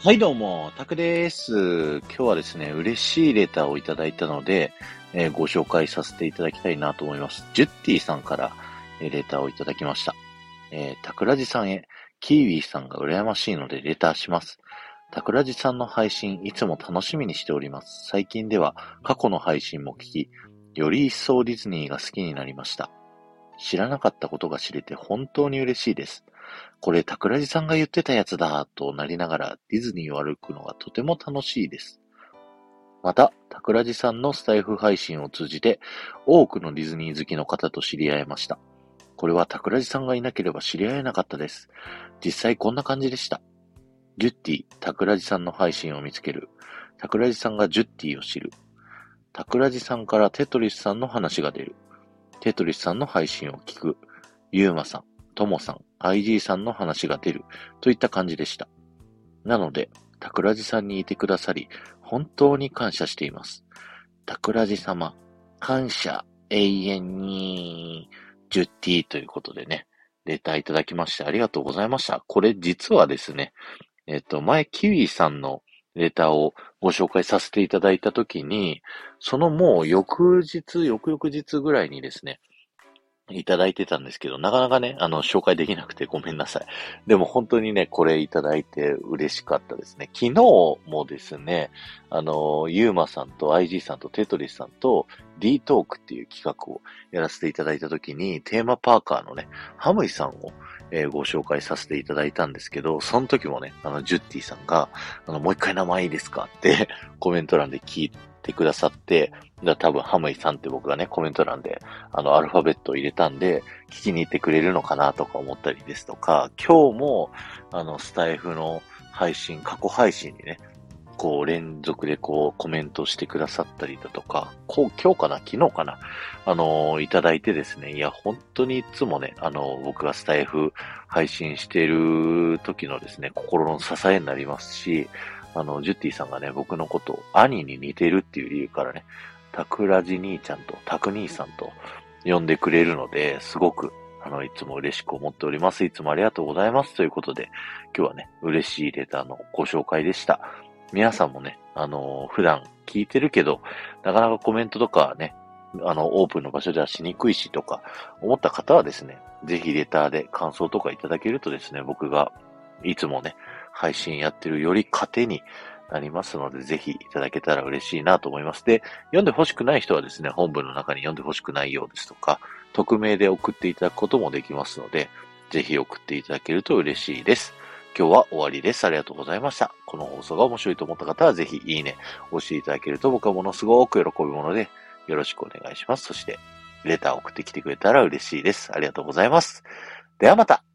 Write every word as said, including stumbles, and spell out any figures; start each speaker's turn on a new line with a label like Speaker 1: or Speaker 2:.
Speaker 1: はいどうも、タクです。今日はですね、嬉しいレターをいただいたので、えーご紹介させていただきたいなと思います。ジュッティさんから、えーレターをいただきました。えー、タクラジさんへ、キーウィさんが羨ましいのでレターします。タクラジさんの配信いつも楽しみにしております。最近では過去の配信も聞き、より一層ディズニーが好きになりました。知らなかったことが知れて本当に嬉しいです。これ、桜地さんが言ってたやつだ、となりながらディズニーを歩くのがとても楽しいです。また、桜地さんのスタイフ配信を通じて、多くのディズニー好きの方と知り合えました。これは桜地さんがいなければ知り合えなかったです。実際こんな感じでした。ジュッティ、桜地さんの配信を見つける。桜地さんがジュッティを知る。桜地さんからテトリスさんの話が出る。テトリスさんの配信を聞く。ユーマさん、トモさん、アイジー さんの話が出る。といった感じでした。なので、タクラジさんにいてくださり、本当に感謝しています。タクラジ様、感謝、永遠に、ジュッティということでね、レターいただきましてありがとうございました。これ実はですね、えっと、前、キウイさんのレターをご紹介させていただいたときに、そのもう翌日、翌々日ぐらいにですね、いただいてたんですけど、なかなかね、あの、紹介できなくてごめんなさい。でも本当にね、これいただいて嬉しかったですね。昨日もですね、あの、ゆうまさんと アイジー さんとテトリスさんと D トークっていう企画をやらせていただいたときに、テーマパーカーのね、ハムイさんを、えーご紹介させていただいたんですけど、その時もね、あの、ジュッティさんが、あの、もう一回名前いいですかってコメント欄で聞いてくださって、だ多分ハムイさんって僕がね、コメント欄であの、アルファベットを入れたんで、聞きに行ってくれるのかなとか思ったりですとか、今日も、あの、スタイフの配信、過去配信にね、こう、連続でこう、コメントしてくださったりだとか、こう、今日かな昨日かなあの、いただいてですね、いや、本当にいつもね、あの、僕がスタイフ配信している時のですね、心の支えになりますし、あの、ジュッティさんがね、僕のことを兄に似てるっていう理由からね、タクラジ兄ちゃんとタク兄さんと呼んでくれるので、すごく、あの、いつも嬉しく思っております。いつもありがとうございます。ということで、今日はね、嬉しいレターのご紹介でした。皆さんもね、あの、普段聞いてるけど、なかなかコメントとかね、あの、オープンの場所ではしにくいしとか、思った方はですね、ぜひレターで感想とかいただけるとですね、僕がいつもね、配信やってるより糧になりますので、ぜひいただけたら嬉しいなと思います。で、読んで欲しくない人はですね、本文の中に読んで欲しくないようですとか、匿名で送っていただくこともできますので、ぜひ送っていただけると嬉しいです。今日は終わりです。ありがとうございました。この放送が面白いと思った方は、ぜひいいね、押していただけると僕はものすごく喜ぶもので、よろしくお願いします。そして、レターを送ってきてくれたら嬉しいです。ありがとうございます。ではまた。